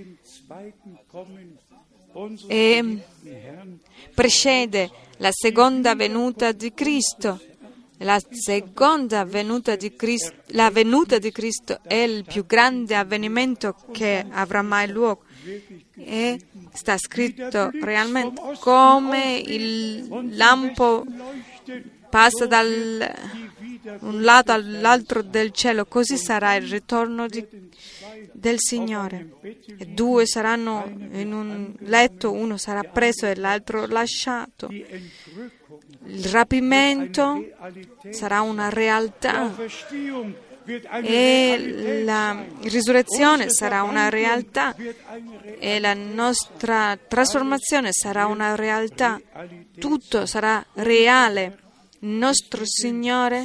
e precede la seconda venuta di Cristo. La venuta di Cristo è il più grande avvenimento che avrà mai luogo, e sta scritto realmente: come il lampo passa da un lato all'altro del cielo, così sarà il ritorno del Signore. E 2 saranno in un letto, uno sarà preso e l'altro lasciato. Il rapimento sarà una realtà e la risurrezione sarà una realtà e la nostra trasformazione sarà una realtà. Tutto sarà reale. Il nostro Signore,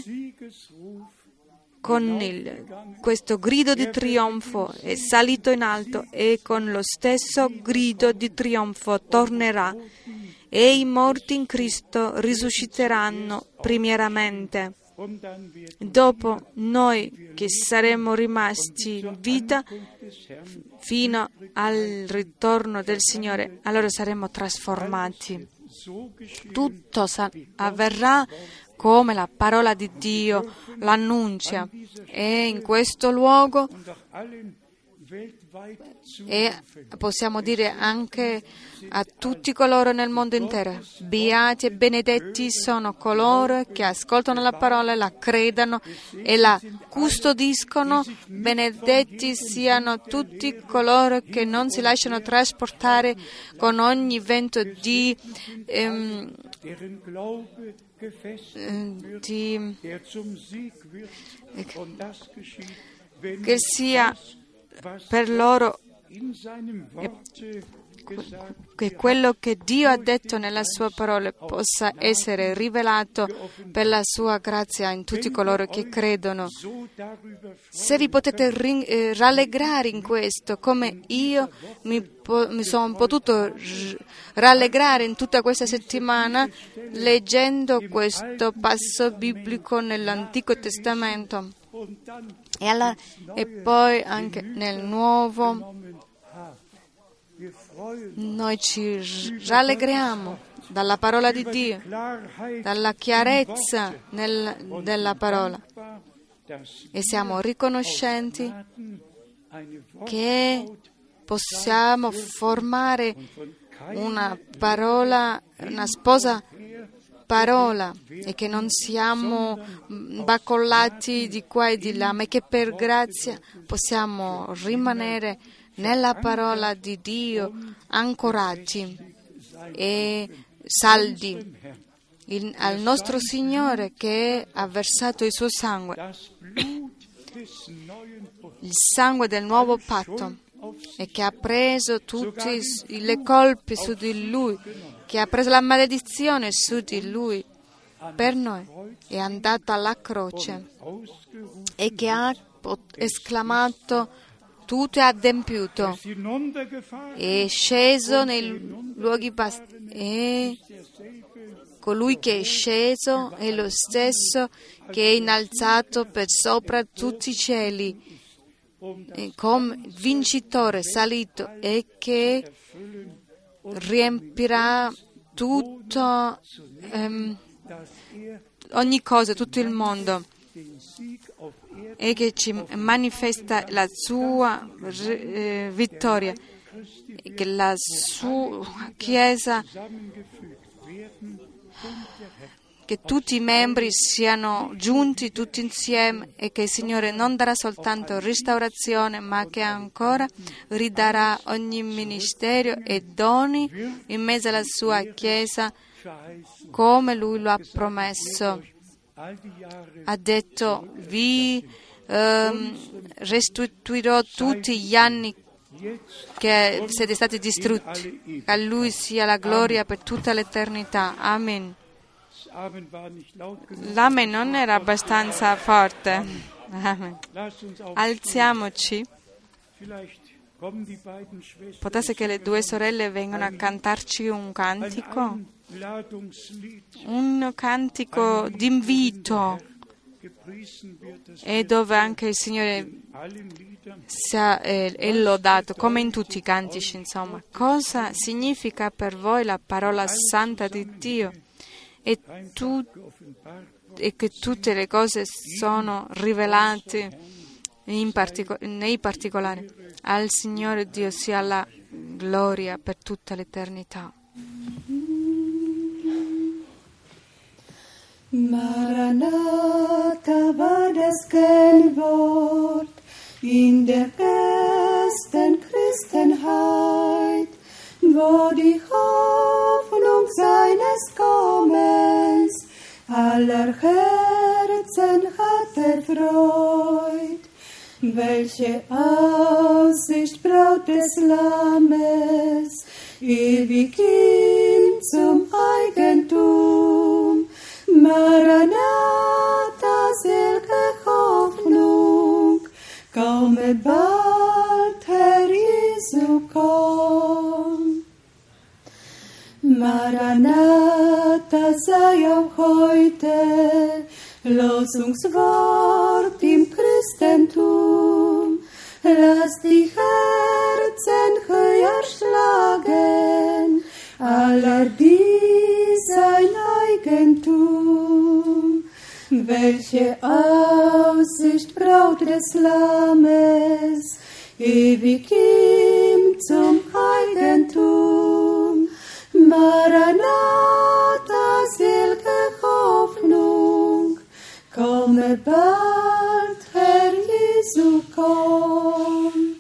con questo grido di trionfo, è salito in alto, e con lo stesso grido di trionfo tornerà, e i morti in Cristo risusciteranno primieramente. Dopo noi che saremo rimasti in vita fino al ritorno del Signore, allora saremo trasformati. Tutto avverrà come la parola di Dio l'annuncia, e in questo luogo, e possiamo dire anche a tutti coloro nel mondo intero: beati e benedetti sono coloro che ascoltano la parola, la credano e la custodiscono. Benedetti siano tutti coloro che non si lasciano trasportare con ogni vento che sia per loro che quello che Dio ha detto nella sua parola possa essere rivelato per la sua grazia in tutti coloro che credono. Se vi potete rallegrare in questo, come io mi sono potuto rallegrare in tutta questa settimana leggendo questo passo biblico nell'Antico Testamento e poi anche nel Nuovo, noi ci rallegriamo dalla parola di Dio, dalla chiarezza della parola, e siamo riconoscenti che possiamo formare una parola, una sposa parola, e che non siamo baccollati di qua e di là, ma che per grazia possiamo rimanere nella parola di Dio, ancorati e saldi al nostro Signore, che ha versato il suo sangue, il sangue del nuovo patto, e che ha preso tutte le colpe su di Lui, che ha preso la maledizione su di Lui per noi, è andato alla croce e che ha esclamato: tutto è adempiuto, è sceso nei luoghi bassi, e colui che è sceso è lo stesso che è innalzato per sopra tutti i cieli, come vincitore salito e che riempirà tutto, ogni cosa, tutto il mondo, e che ci manifesta la sua vittoria, che la sua Chiesa, che tutti i membri siano giunti tutti insieme e che il Signore non darà soltanto restaurazione, ma che ancora ridarà ogni ministero e doni in mezzo alla sua Chiesa, come Lui lo ha promesso. Ha detto: vi restituirò tutti gli anni che siete stati distrutti. A Lui sia la gloria per tutta l'eternità. Amen. L'amen non era abbastanza forte. Amen. Alziamoci. Potesse che le due sorelle vengano a cantarci un cantico d'invito, e dove anche il Signore è lodato, come in tutti i cantici, insomma. Cosa significa per voi la parola santa di Dio? E che tutte le cose sono rivelate nei particolari. Al Signore Dio sia la gloria per tutta l'eternità. Maranatha war das Kennwort in der ersten Christenheit, wo die Hoffnung seines Kommens aller Herzen hat erfreut. Welche Aussicht Braut des Lammes, ewig ihm zum Eigentum. Maranatha, selge Hoffnung, komme bald, Herr Jesu, komm. Maranatha, sei auch heute Losungswort im Christentum. Lass die Herzen höher schlagen, aller die sein Eigentum. Welche Aussicht Braut des Lammes, ewig ihm zum Eigentum. Maranatha, selge Hoffnung, komme bald, Herr Jesu, komm.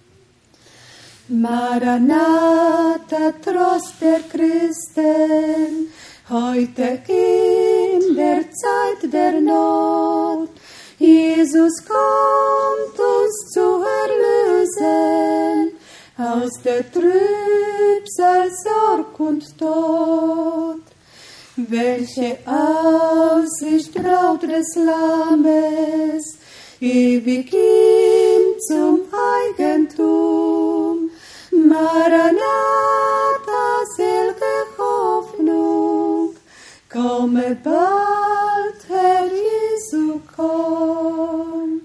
Maranatha, Trost der Christen, heute in der Zeit der Not. Jesus kommt uns zu erlösen aus der Trübsal, Sorg und Tod. Welche Aussicht Braut des Lammes, ewig ihm zum Eigentum. Maranatha, selge Hoffnung, komme bald, Herr Jesu, komm.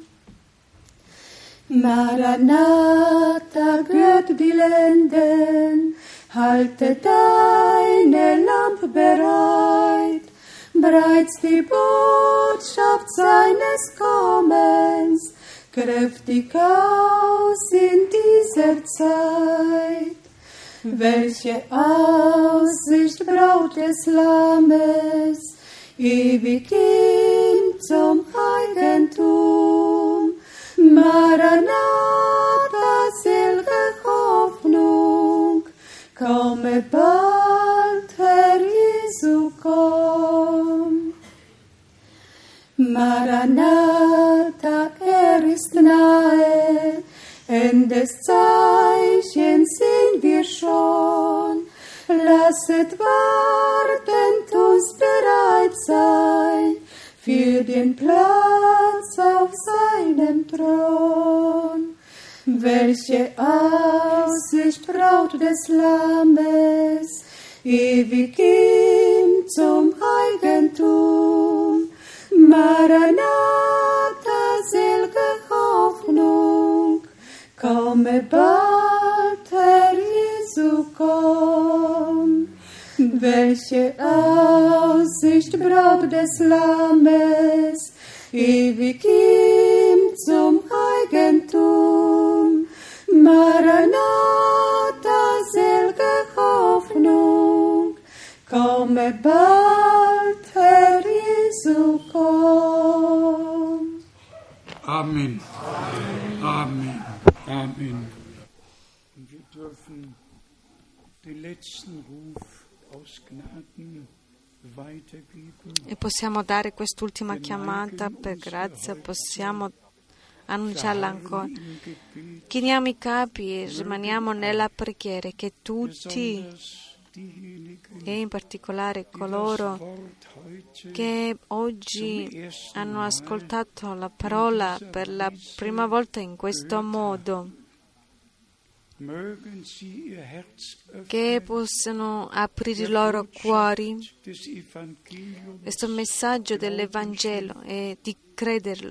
Maranatha, rührt die Lenden, halte deine Lampe bereit, breit's die Botschaft seines Kommens kräftig aus in dieser Zeit. Welche Aussicht Braut des Lammes, ewig ihm zum Eigentum. Maranatha, selge Hoffnung, komme bald, Herr Jesu, komm. Maranatha, ist nahe, Endeszeichen sehen wir schon. Lasset wartend uns bereit sein für den Platz auf seinem Thron. Welche Aussicht Braut des Lammes, ewig ihm zum Eigentum. Maranatha, selge Hoffnung, Welche Aussicht Braut des Lammes, ewig ihm zum Eigentum. Maranatha, selge Hoffnung, komme bald, Herr Jesu, komm. Amen. Amen. Amen. Und wir dürfen den letzten Ruf aus Gnaden weitergeben. E possiamo dare quest'ultima chiamata per grazia, possiamo annunciarla ancora. Chiniamo i capi e rimaniamo nella preghiera che tutti, e in particolare coloro che oggi hanno ascoltato la parola per la prima volta in questo modo, che possano aprire i loro cuori questo messaggio dell'Evangelo e di crederlo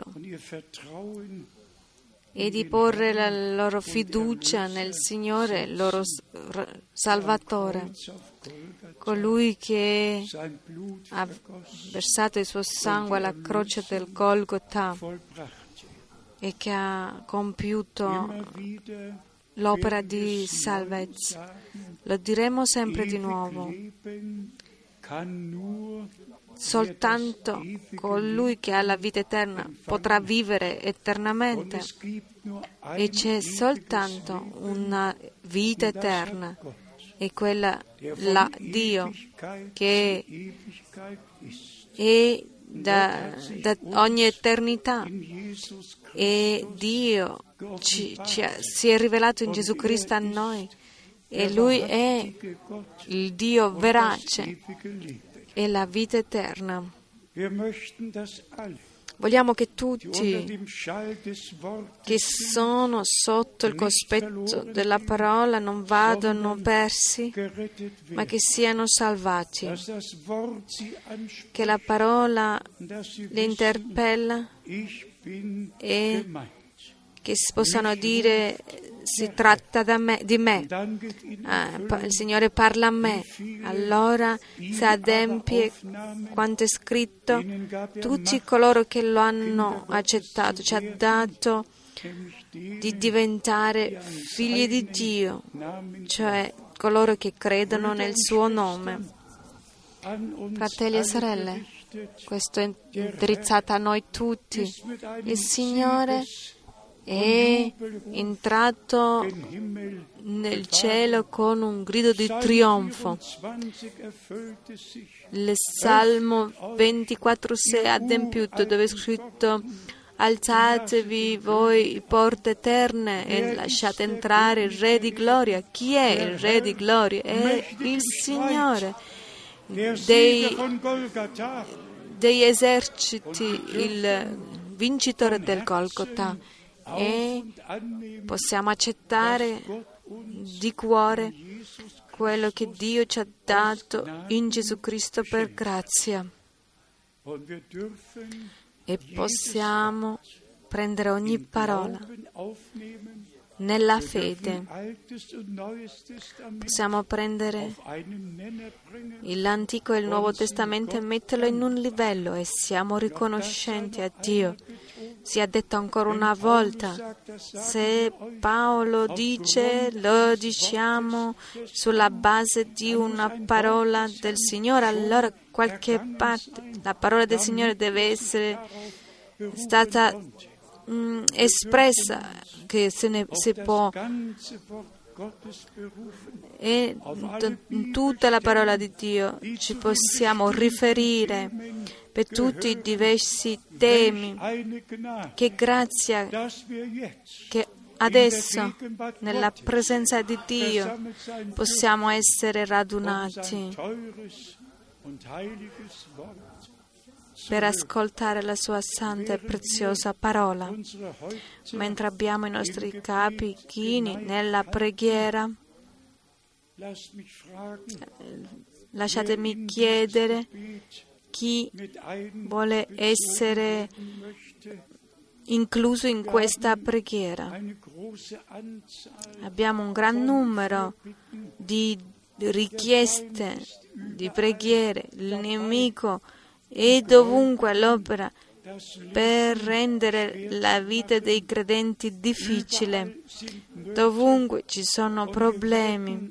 e di porre la loro fiducia nel Signore, il loro Salvatore, colui che ha versato il suo sangue alla croce del Golgotha e che ha compiuto l'opera di salvezza. Lo diremo sempre di nuovo. Soltanto colui che ha la vita eterna potrà vivere eternamente e c'è soltanto una vita eterna e quella là Dio che è da ogni eternità e Dio si è rivelato in Gesù Cristo a noi e Lui è il Dio verace e la vita eterna. Vogliamo che tutti che sono sotto il cospetto della parola non vadano persi, ma che siano salvati, che la parola li interpella e che possano dire si tratta di me, il Signore parla a me, allora si adempie quanto è scritto, tutti coloro che lo hanno accettato ci ha dato di diventare figli di Dio, cioè coloro che credono nel suo nome. Fratelli e sorelle, questo è indirizzato a noi tutti. Il Signore è entrato nel cielo con un grido di trionfo. Il Salmo 24,6 è adempiuto, dove è scritto: alzatevi voi porte eterne e lasciate entrare il Re di gloria. Chi è il Re di gloria? È il Signore dei eserciti, il vincitore del Golgotha. E possiamo accettare di cuore quello che Dio ci ha dato in Gesù Cristo per grazia e possiamo prendere ogni parola nella fede. Possiamo prendere l'Antico e il Nuovo Testamento e metterlo in un livello e siamo riconoscenti a Dio. Si è detto ancora una volta, se Paolo dice, lo diciamo sulla base di una parola del Signore, allora qualche parte la parola del Signore deve essere stata espressa, che si può, e tutta la parola di Dio ci possiamo riferire per tutti i diversi temi. Che grazia che adesso nella presenza di Dio possiamo essere radunati per ascoltare la sua santa e preziosa parola. Mentre abbiamo i nostri capi chini nella preghiera, lasciatemi chiedere chi vuole essere incluso in questa preghiera. Abbiamo un gran numero di richieste di preghiere. Il nemico è dovunque all'opera per rendere la vita dei credenti difficile. Dovunque ci sono problemi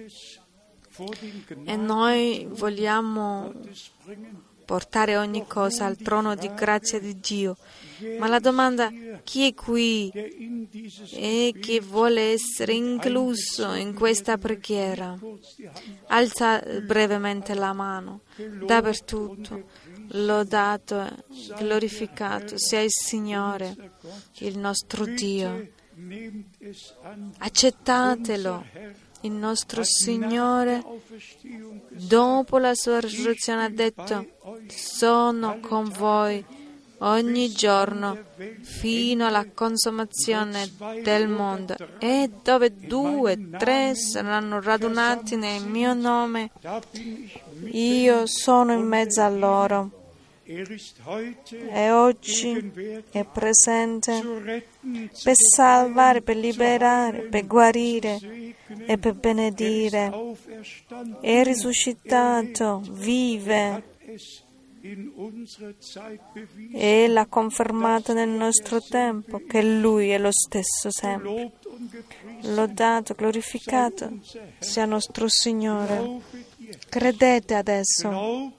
e noi vogliamo portare ogni cosa al trono di grazia di Dio. Ma la domanda: chi è qui e chi vuole essere incluso in questa preghiera? Alza brevemente la mano. Dappertutto. Lodato e glorificato sia il Signore, il nostro Dio. Accettatelo. Il nostro Signore, dopo la sua risurrezione, ha detto: sono con voi ogni giorno fino alla consumazione del mondo. E dove 2 o 3 saranno radunati nel mio nome, io sono in mezzo a loro. E oggi è presente per salvare, per liberare, per guarire e per benedire. È risuscitato, vive e l'ha confermato nel nostro tempo che Lui è lo stesso sempre. Lodato, glorificato sia nostro Signore. Credete adesso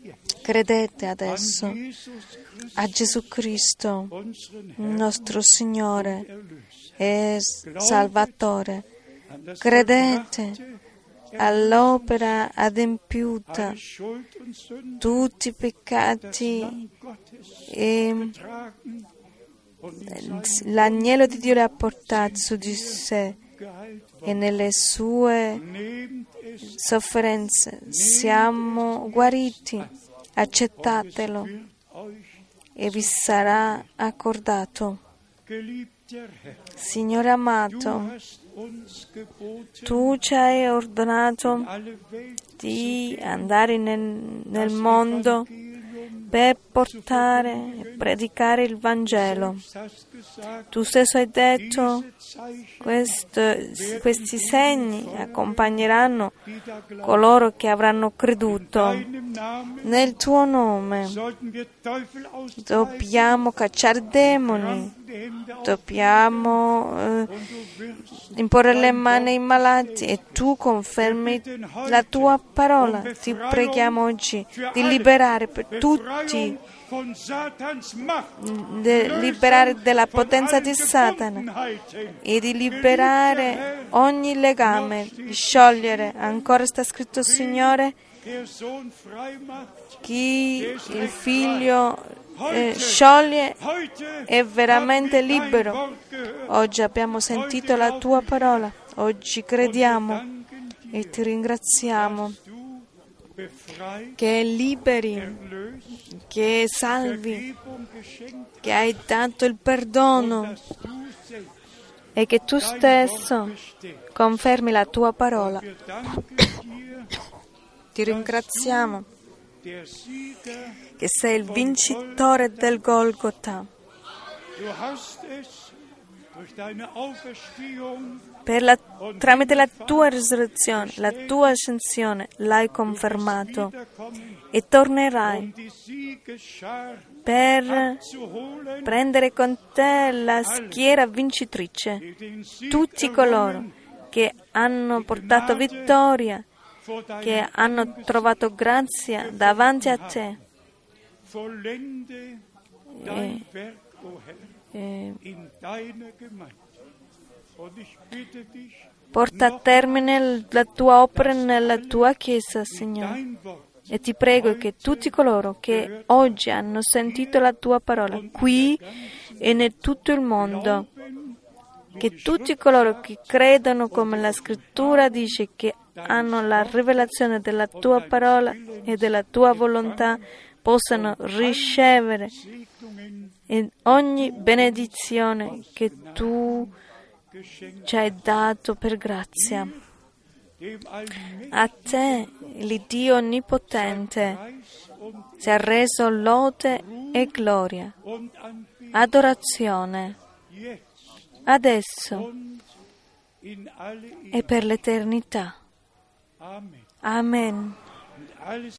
a Gesù Cristo, nostro Signore e Salvatore. Credete all'opera adempiuta, tutti i peccati e l'agnello di Dio li ha portati su di sé e nelle sue sofferenze siamo guariti. Accettatelo e vi sarà accordato. Signore amato, Tu ci hai ordinato di andare nel mondo per portare e predicare il Vangelo. Tu stesso hai detto: questi segni accompagneranno coloro che avranno creduto. Nel Tuo nome dobbiamo cacciare demoni, dobbiamo imporre le mani ai malati e Tu confermi la Tua parola. Ti preghiamo oggi di liberare per tutti, di liberare dalla potenza di Satana e di liberare ogni legame, di sciogliere. Ancora sta scritto, Signore, chi il Figlio scioglie è veramente libero. Oggi abbiamo sentito la Tua parola, oggi crediamo e Ti ringraziamo che liberi, che salvi, che hai dato il perdono e che Tu stesso confermi la Tua parola. Ti ringraziamo che sei il vincitore del Golgota. Tramite la Tua risurrezione, la Tua ascensione, l'hai confermato e tornerai per prendere con te la schiera vincitrice, tutti coloro che hanno portato vittoria, che hanno trovato grazia davanti a te. Porta a termine la Tua opera nella Tua Chiesa, Signore. E Ti prego che tutti coloro che oggi hanno sentito la Tua parola, qui e in tutto il mondo, che tutti coloro che credono come la Scrittura dice, che hanno la rivelazione della Tua parola e della Tua volontà, possano ricevere ogni benedizione che Tu ci hai dato per grazia. A Te, l'Iddio Onnipotente, si è reso lode e gloria, adorazione, adesso e per l'eternità. Amen. alles